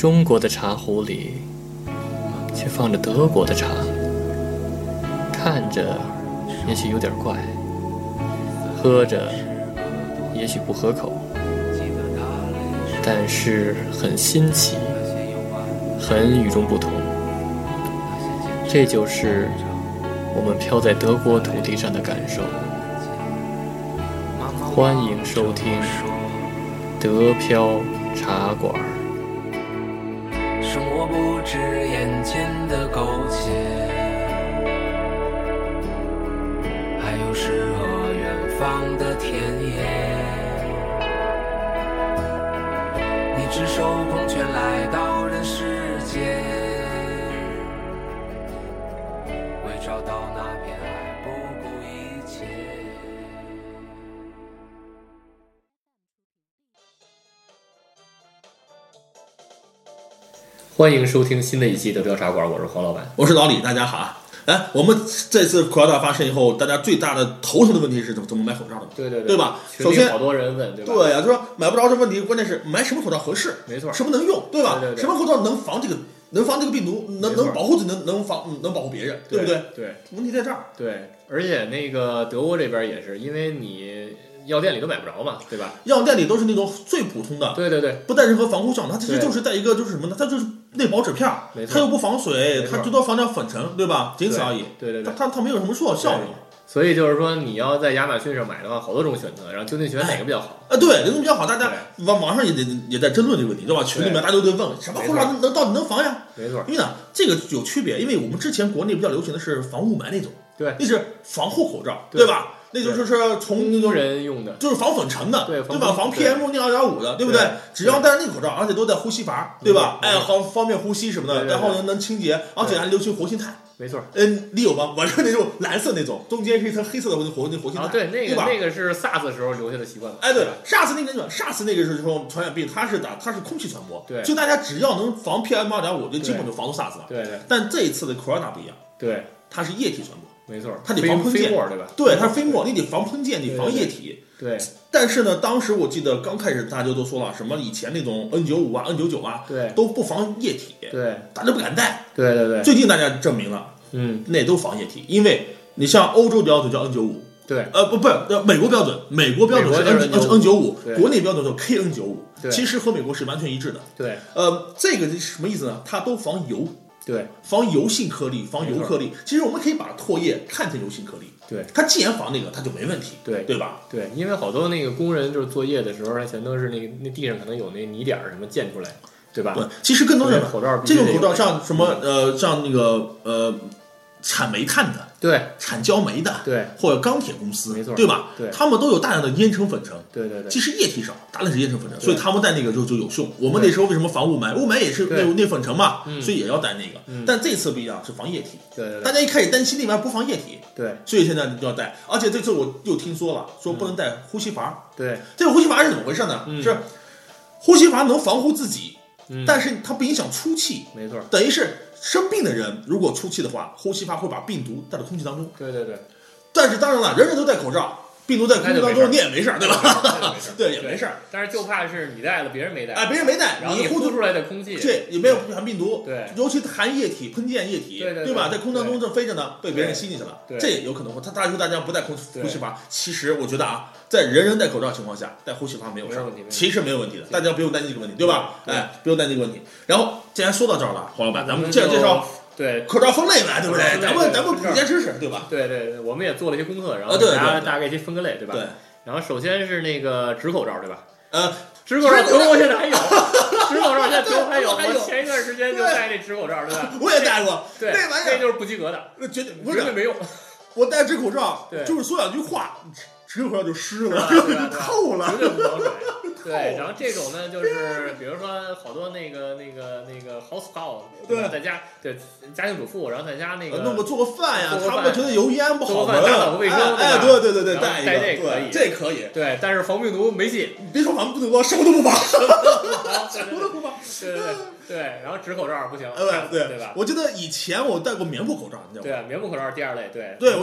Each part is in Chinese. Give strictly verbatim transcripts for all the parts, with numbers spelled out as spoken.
中国的茶壶里却放着德国的茶，看着也许有点怪，喝着也许不合口，但是很新奇，很与众不同。这就是我们飘在德国土地上的感受。欢迎收听德飘茶馆。 生活不止眼前的苟且，还有诗和远方的田野。你赤手空拳来到人世间，为找到那片爱不顾一切。 欢迎收听新的一期德飘茶馆，我是黄老板， 我是老李，大家好啊！哎，我们这次口罩大发生以后，大家最大的头疼的问题是怎么怎么买口罩的？ 对对对， 对吧？首先好多人问，对吧？ 对呀、啊，就说买不着这问题，关键是买什么口罩合适？ 没错， 什么能用，对吧？ 对对对， 什么口罩能防这个，能防这个病毒，能能保护自己，能能防能保护别人，对不对？ 对， 问题在这儿。 对，而且那个德国这边也是，因为你药店里都买不着嘛，对吧？ 药店里都是那种最普通的， 对对对， 不带任何防护效，它其实就是带一个就是什么呢？它就是内保纸片，它又不防水，它最多防点粉尘，对吧？仅此而已。 对对对， 它它它没有什么效效用。 所以就是说，你要在亚马逊上买的话，好多种选择，然后究竟选哪个比较好？ 啊，对，哪个比较好？大家网网上也得也在争论这个问题，对吧？群里面大家都在问，什么口罩能能到底能防呀？ 没错。 因为呢，这个有区别，因为我们之前国内比较流行的是防雾霾那种， 对， 那是防护口罩，对吧？那就是说从那种人用的， 就是防粉尘的， 对对吧？防 P M 二点五的，对不对？只要戴那个口罩，而且都带呼吸阀，对吧？哎，好方便呼吸什么的，然后呢能清洁，而且还流行活性炭。 没错， 嗯，你有吗？我是那种蓝色那种，中间是一层黑色的活活活性炭。 啊，对，那个那个是 SARS 时候留下的习惯。 哎，对 ，SARS 那个 SARS 那个是说传染病，它是打它是空气传播， 对， 就大家只要能防 P M 二点五，就基本就防住 SARS 了。 对对。 但这一次的 Corona 不一样， 对， 它是液体传播。 没错， 它得防喷溅， 对吧？ 对，它是飞沫，你得防喷溅，你防液体。 对。 但是呢，当时我记得刚开始大家都说了，什么以前那种 N 九五 啊、N 九九 啊， 对， 都不防液体， 对， 大家不敢戴。 对对对。 最近大家证明了， 嗯， 那都防液体，因为你像欧洲标准叫 N 九五， 对， 呃，不不，呃，美国标准，美国标准是 N N 九五，国内标准是 K N 九五，其实和美国是完全一致的。 对， 呃，这个是什么意思呢？它都防油。 对， 防油性颗粒，防油颗粒。其实我们可以把唾液看成油性颗粒。 对， 它既然防那个，它就没问题。 对， 对吧？ 对，因为好多那个工人就是作业的时候，他全都是那个那地上可能有那泥点什么溅出来，对吧？ 对，其实更多是口罩， 这种口罩像什么呃，像那个呃。产煤炭的， 对， 产焦煤的， 对， 或者钢铁公司， 没错， 对吧？ 对， 他们都有大量的烟尘粉尘， 对对对。 其实液体少，大量是烟尘粉尘，所以他们戴那个就就有用。我们那时候为什么防雾霾？雾霾也是那那粉尘嘛，所以也要戴那个。但这次不一样，是防液体。 对对。 大家一开始担心那玩意不防液体， 对， 所以现在就要戴。而且这次我又听说了，说不能戴呼吸阀。 对， 这个呼吸阀是怎么回事呢？是呼吸阀能防护自己，但是它不影响出气。 没错， 等于是。生病的人如果出气的话，呼吸阀会把病毒带到空气当中。 对对对。 但是当然了，人人都戴口罩，病毒在空气当中你也没事儿，对吧？对，也没事儿。 但是就怕是你戴了，别人没戴。 哎，别人没戴， 然后你呼出来的空气， 对，也没有含病毒。 对， 尤其含液体、喷溅液体， 对对对吧？在空气当中正飞着呢，被别人吸进去了，这也有可能会。他大家说大家不戴空呼吸阀，其实我觉得啊，在人人戴口罩情况下，戴呼吸阀没有事儿，其实没有问题的，大家不用担心这个问题，对吧？哎，不用担心这个问题。然后既然说到这儿了，黄老板，咱们介绍介绍。 对， 口罩分类嘛，对不对？咱们咱们普及知识，对吧？ 对对，我们也做了一些功课，然后大家大概去分个类，对吧？ 对。 然后首先是那个纸口罩，对吧？ 呃， 纸口罩德国现在还有，纸口罩现在德国还有。我前一段时间就戴那纸口罩，对吧？ 我也戴过， 对， 那玩意儿就是不及格的， 绝对绝对没用。 我戴纸口罩，就是说两句话，纸口罩就湿了，就透了， 绝对不防水。对，然后这种呢，就是比如说好多那个那个那个 housecow， 对，在家对家庭主妇，然后在家那个弄个做个饭呀，他们觉得油烟不好闻， 打扫卫生， 哎，对对对对， 带一个， 这可以， 这可以， 对，但是防病毒没戏， 别说防病毒，什么都不防，什么都不防， 对对对对，然后纸口罩不行， 对对吧？ 我记得以前我戴过棉布口罩，你知道吗？ 对，棉布口罩第二类，对， 对我因为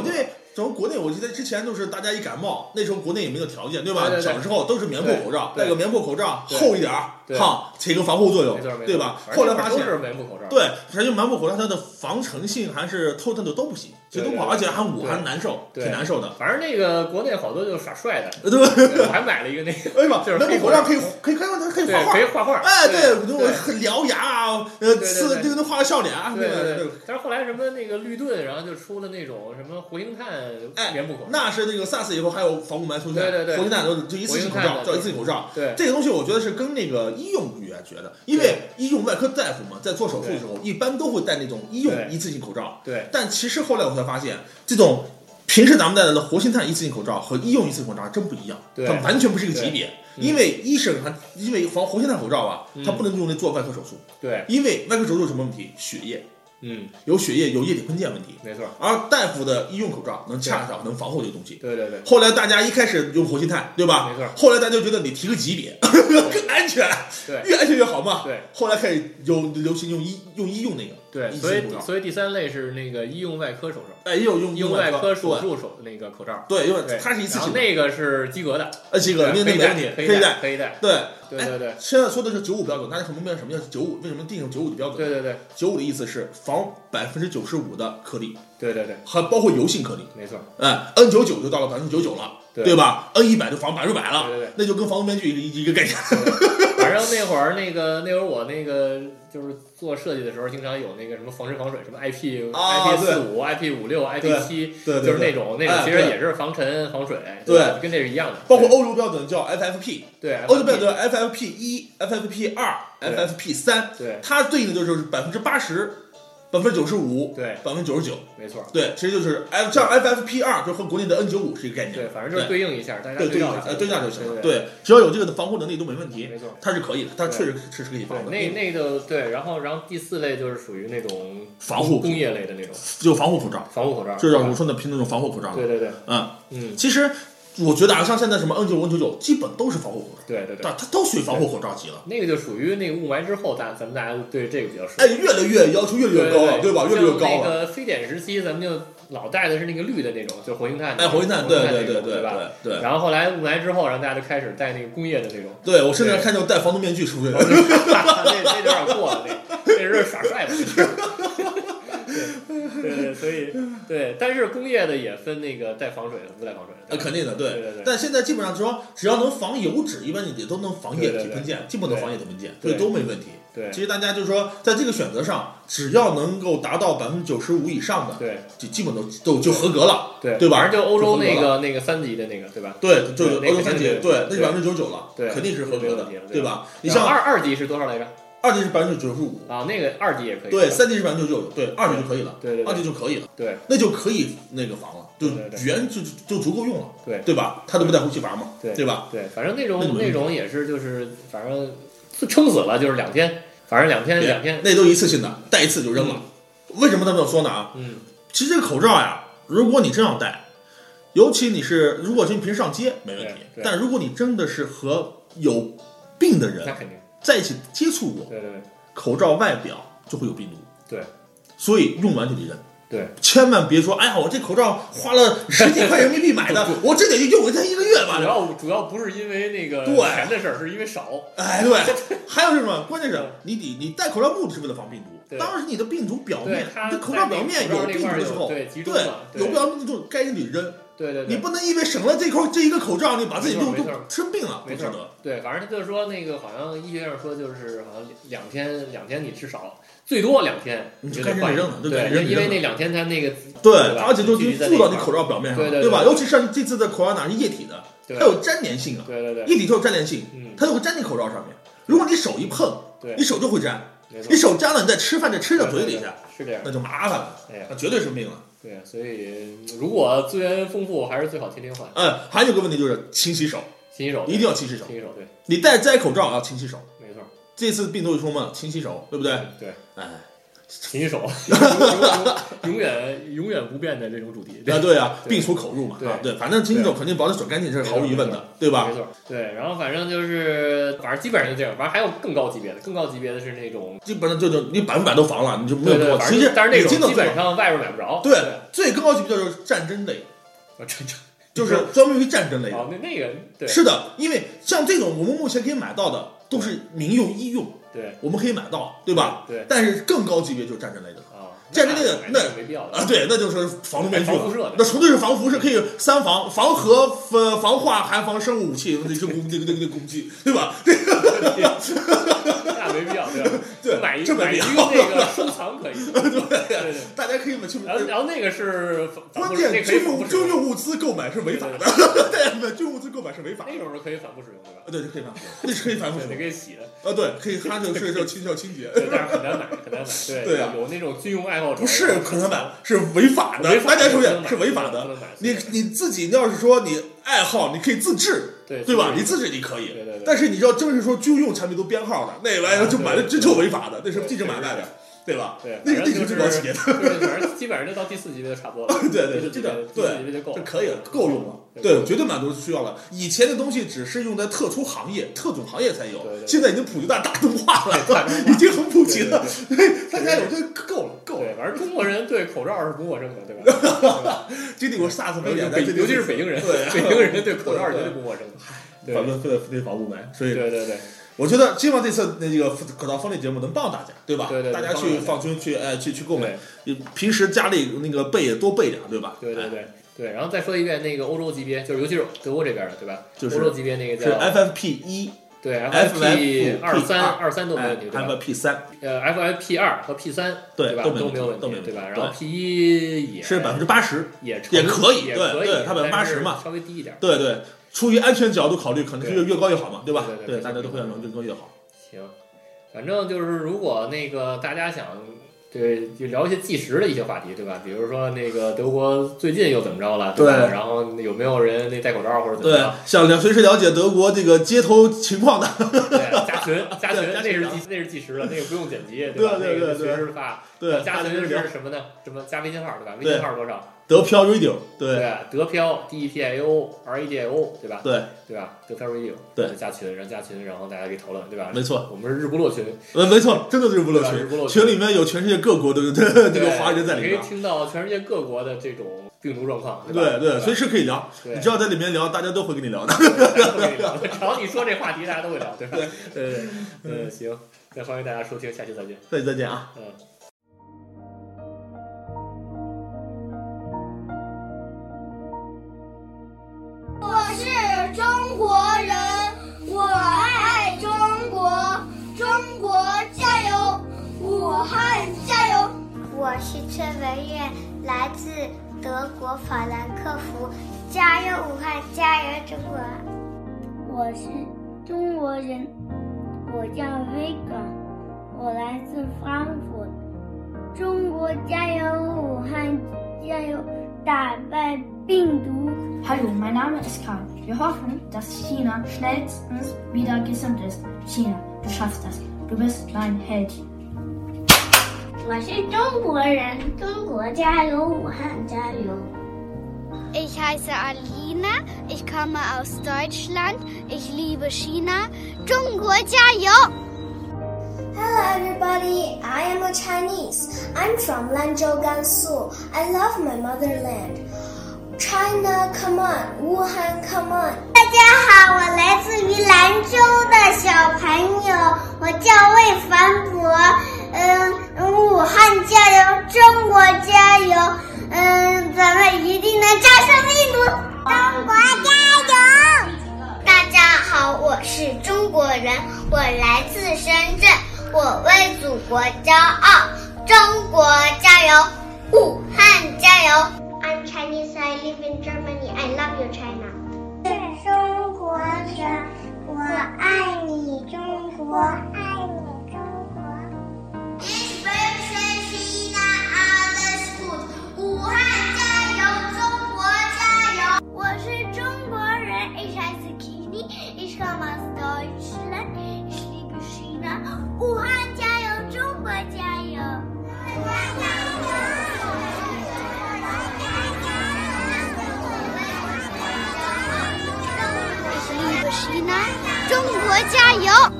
这种国内我记得之前就是大家一感冒，那时候国内也没有条件，对吧？ 对对对小时候都是棉布口罩，戴个棉布口罩厚一点儿，哈，起个防护作用，对吧？后来发现是棉布口罩， 对，反正棉布口罩它的防尘性还是透透的都不行，其实都不好，而且还捂还难受，挺难受的。 反正那个国内好多就耍帅的， 对吧？ 我还买了一个那个， 哎呀， 就是棉布口罩可以可以看到它可以画画， 可以画画， 哎，对，很獠牙啊，呃，刺这个能画个笑脸啊， 对对对。 但是后来什么那个绿盾，然后就出了那种什么活性炭棉布口罩， 那是那个 SARS 以后还有防雾霾出现， 对对对， 活性炭都就一次性口罩，叫一次性口罩。 对， 这个东西我觉得是跟那个医用不远绝的，因为医用外科大夫嘛，在做手术的时候一般都会戴那种医用一次性口罩。 对， 但其实后来我才发现，这种平时咱们戴的活性炭一次性口罩和医用一次性口罩还真不一样，它完全不是一个级别。因为医生还因为防活性炭口罩啊，它不能用来做外科手术。 对， 因为外科手术有什么问题？血液。 嗯， 有血液有液体喷溅问题， 没错。 而大夫的医用口罩能恰巧能防护这个东西。 对对对。 后来大家一开始用活性炭，对吧？ 没错。 后来大家就觉得你提个级别更安全， 对， 越安全越好嘛。 对。 后来开始有流行用医用医用那个。 对，所以所以第三类是那个医用外科手术， 哎，也有用医用外科手术手那个口罩。 对，因为它是一次性。 那个是及格的， 呃，及格的，那没问题， 可以戴， 可以戴。 对。 对对对， 现在说的是九五标准，大家很不明白什么叫九五，为什么定成九五的标准？ 对对对， 九五的意思是防百分之九十五的颗粒， 对对对， 还包括油性颗粒， 没错。 哎 ，N 九十九就到了百分之九十九了，对吧 ？N 一百就防百分之百了， 对对对， 那就跟防毒面具一个一个概念。 反正那会儿那个那会儿我那个就是做设计的时候，经常有那个什么防尘防水，什么 I P I P 四五、I P 五六、I P 七，就是那种那种，其实也是防尘防水， 对， 跟这是一样的。 包括欧洲标准叫 F F P， 对， 欧洲标准 F F P 一、F F P 二、F F P 三， 对， 它对应的就是百分之八十。百分之九十五， 对， 百分之九十九， 没错， 对，其实就是 F 像 F F P 二就和国内的 N 九十五是一个概念， 对，反正就是对应一下，大家对对照呃对照就行了， 对，只要有这个的防护能力都没问题， 没错， 它是可以的，它确实是是可以防的。 那那个对，然后然后第四类就是属于那种防护工业类的那种， 就防护口罩， 防护口罩， 就是我说的拼那种防护口罩， 对对对， 嗯嗯， 其实。我觉得啊，像现在什么 N 九十、N 九十九，基本都是防护口罩。 对对对， 它都属于防护口罩级了。 那个就属于那个雾霾之后，咱咱们大家对这个比较熟。 哎，越来越要求越来越高了，对吧？越来越高了。 那个非典时期，咱们就老戴的是那个绿的那种，就活性炭。 哎，活性炭，对对对对吧？对。 然后后来雾霾之后，然后大家就开始戴那个工业的那种。 对，我甚至看见戴防毒面具出去。 那那有点过了，那那是耍帅的。对对，所以对，但是工业的也分那个带防水的，不带防水的。 呃，肯定的， 对对对。 但现在基本上说，只要能防油脂，一般你都能防液体喷溅，基本都防液体喷溅，所以都没问题。 对， 其实大家就是说，在这个选择上，只要能够达到百分之九十五以上的， 对， 就基本都都就合格了， 对对吧？ 反正就欧洲那个那个三级的那个，对吧？ 对，就欧洲三级，对，那就百分之九十九了， 对， 肯定是合格的， 对吧？你像二二级是多少来着？ 二级是百分之九十五啊，那个二级也可以。 对，三级是百分之九十九，对，二级就可以了， 对对， 二级就可以了， 对， 那就可以那个防了，就原就就足够用了， 对对吧？它都不带呼吸阀嘛， 对对吧？ 对，反正那种那种也是就是反正撑死了就是两天，反正两天两天， 那都一次性的，戴一次就扔了。为什么这么说呢？啊， 嗯， 其实这个口罩呀，如果你真要戴，尤其你是如果是你平时上街没问题，但如果你真的是和有病的人， 那肯定在一起接触过， 对对对。 口罩外表就会有病毒， 对， 所以用完就得扔， 对， 千万别说，哎呀，我这口罩花了十几块人民币买的，我这得用它一个月吧。 主要主要不是因为那个对钱的事儿，是因为少。 哎，对，还有是什么？关键是你得你戴口罩目的是为了防病毒，当然是你的病毒表面，你的口罩表面有病毒的时候， 对， 对，有病毒就该你扔。 对对， 你不能因为省了这口这一个口罩，你把自己弄都生病了， 没错。对，反正他就说那个好像医学上说就是好像两天两天你至少最多两天你就该扔了， 对，因为那两天它那个对，而且就附到你口罩表面上， 对吧？尤其是这次的口罩哪是液体的，它有粘连性啊， 对对对， 液体就有粘连性，它就会粘进口罩上面。如果你手一碰，你手就会粘，你手粘了，你再吃饭再吃到嘴里去， 是这样， 那就麻烦了，那绝对生病了。 对，所以如果资源丰富，还是最好天天换。 嗯，还有个问题就是勤洗手， 勤洗手， 一定要勤洗手。 勤洗手，对。 你戴摘口罩啊，勤洗手。 没错。 这次病毒有说嘛，勤洗手，对不对？ 对。 哎， 勤洗手，永远永远不变的这种主题。 啊，对啊，病从口入嘛。对对，反正勤洗手肯定保持手干净，这是毫无疑问的，对吧？ 没错。对，然后反正就是，反正基本上就这样。反正还有更高级别的，更高级别的是那种， 基本上就就你百分百都防了，你就没有多。 其实，但是那种基本上外边买不着。 对，最更高级别就是战争类， 就是专门于战争类的。 哦，那那个对， 是的，因为像这种我们目前可以买到的都是民用医用， 对， 我们可以买到，对吧？ 对。 但是更高级别就是战争类的啊， 战争类的那没必要啊，对，那就是防毒面具了， 那纯粹是防辐射，可以三防：防核、呃、防化、还防生物武器，那个攻那个那个那个攻击，对吧？ 那没必要，对吧？ 对， 买一这买一个那个收藏可以，对对，大家可以买去。 然后然后那个是关键军用军用物资购买是违法的，对，军用物资购买是违法的。 那种是可以反复使用，对吧？ 对，可以反复，那是可以反复使用， 可以洗的。 啊，对，可以，它就是叫清叫清洁， 对，但是很难买，很难买。对对啊， 有那种军用爱好者不是很难买，是违法的。大家注意，是违法的。你你自己要是说你爱好，你可以自制。 对对吧？你自制你可以， 对对对， 但是你要真是说军用产品都编号的，那玩意儿就买的这就违法的，那是地质买卖的，对吧？ 对， 那是地质最高级别的， 反正基本上就到第四级别就差不多了。 对对，这个对就够， 这可以了，够用了。对，绝对满足需要了。以前的东西只是用在特殊行业、特种行业才有，现在已经普及到大众化了，已经很普及了。大家有这够了，够了。 对，反正中国人对口罩是不陌生的，对吧？ 经历过 SARS 非典， 尤其是北京人，北京人对口罩绝对不陌生。 反正非得非得防雾霾，所以对对对， 我觉得希望这次那个口罩封利节目能帮大家，对吧？ 对对， 大家去放心去哎去去购买，平时家里那个备也多备点，对吧？ 对对对对，然后再说一遍那个欧洲级别，就是尤其是德国这边的，对吧？ 就是欧洲级别那个叫 F F P 一， 对 F F P 二三二三都没问题，对吧 ？F F P 三， 呃 F F P 二和 P 三对吧？ 都没有问题， 对吧？然后 P 一也是百分之八十， 也也可以， 对对，它百分之八十嘛， 稍微低一点， 对对。出于安全角度考虑，可能是越越高越好嘛，对吧？ 对对，大家都会想越高越好。 行，反正就是如果那个大家想对就聊一些即时的一些话题，对吧？比如说那个德国最近又怎么着了，对吧？然后有没有人那戴口罩或者怎么着？ 对，想了随时了解德国这个街头情况的， 对，加群加群，那是那是即时的，那个不用剪辑，对吧？ 对对对， 随时发。 对， 加群是什么呢？什么加微信号，对吧？微信号多少？ 德飘 radio， 对， 德飘 D E P I O R A D I O， 对吧？ 对， 对吧？德飘 radio， 对， 加群，然后加群，然后大家可以讨论，对吧？ 没错， 我们是日不落群， 呃，没错，真的是日不落群，群里面有全世界各国的这个华人在里面， 可以听到全世界各国的这种病毒状况， 对对，随时可以聊，你只要在里面聊，大家都会跟你聊的， 只要你说这话题，大家都会聊，对吧？对对，嗯，行，那欢迎大家收听，下期再见， 下期再见啊， 嗯。 我是中国人，我爱中国，中国加油，武汉加油！ 我是崔文月，来自德国法兰克福，加油武汉，加油中国！ 我是中国人，我叫 Vega， 我来自 Frankfurt， 中国加油，武汉加油，打败病毒！ Hallo, mein Name ist Karl. Wir hoffen, dass China schnellstens wieder gesund ist. China, du schaffst das. Du bist mein Held. 我是中国人，中国加油，武汉加油。 Ich heiße Alina, ich komme aus Deutschland, ich liebe China. 中国加油! Hello everybody, I am a Chinese. I'm from Lanzhou, Gansu. I love my motherland. China, come on, Wuhan, come on. 大家好，我来自于兰州的小朋友，我叫魏凡博。嗯，武汉加油，中国加油。嗯，咱们一定能战胜病毒。中国加油！大家好，我是中国人，我来自深圳，我为祖国骄傲。中国加油，武汉加油！ I'm Chinese. I live in Germany. I love you, China. 是中国人，我爱你，中国，爱你，中国。 Ich wünsche China alles gut. 武汉加油，中国加油！我是中国人 ，Ich heiße Kini. Ich komme aus Deutschland. Ich liebe China. 武汉加油，中国加油！武汉加油！ China， 中国加油！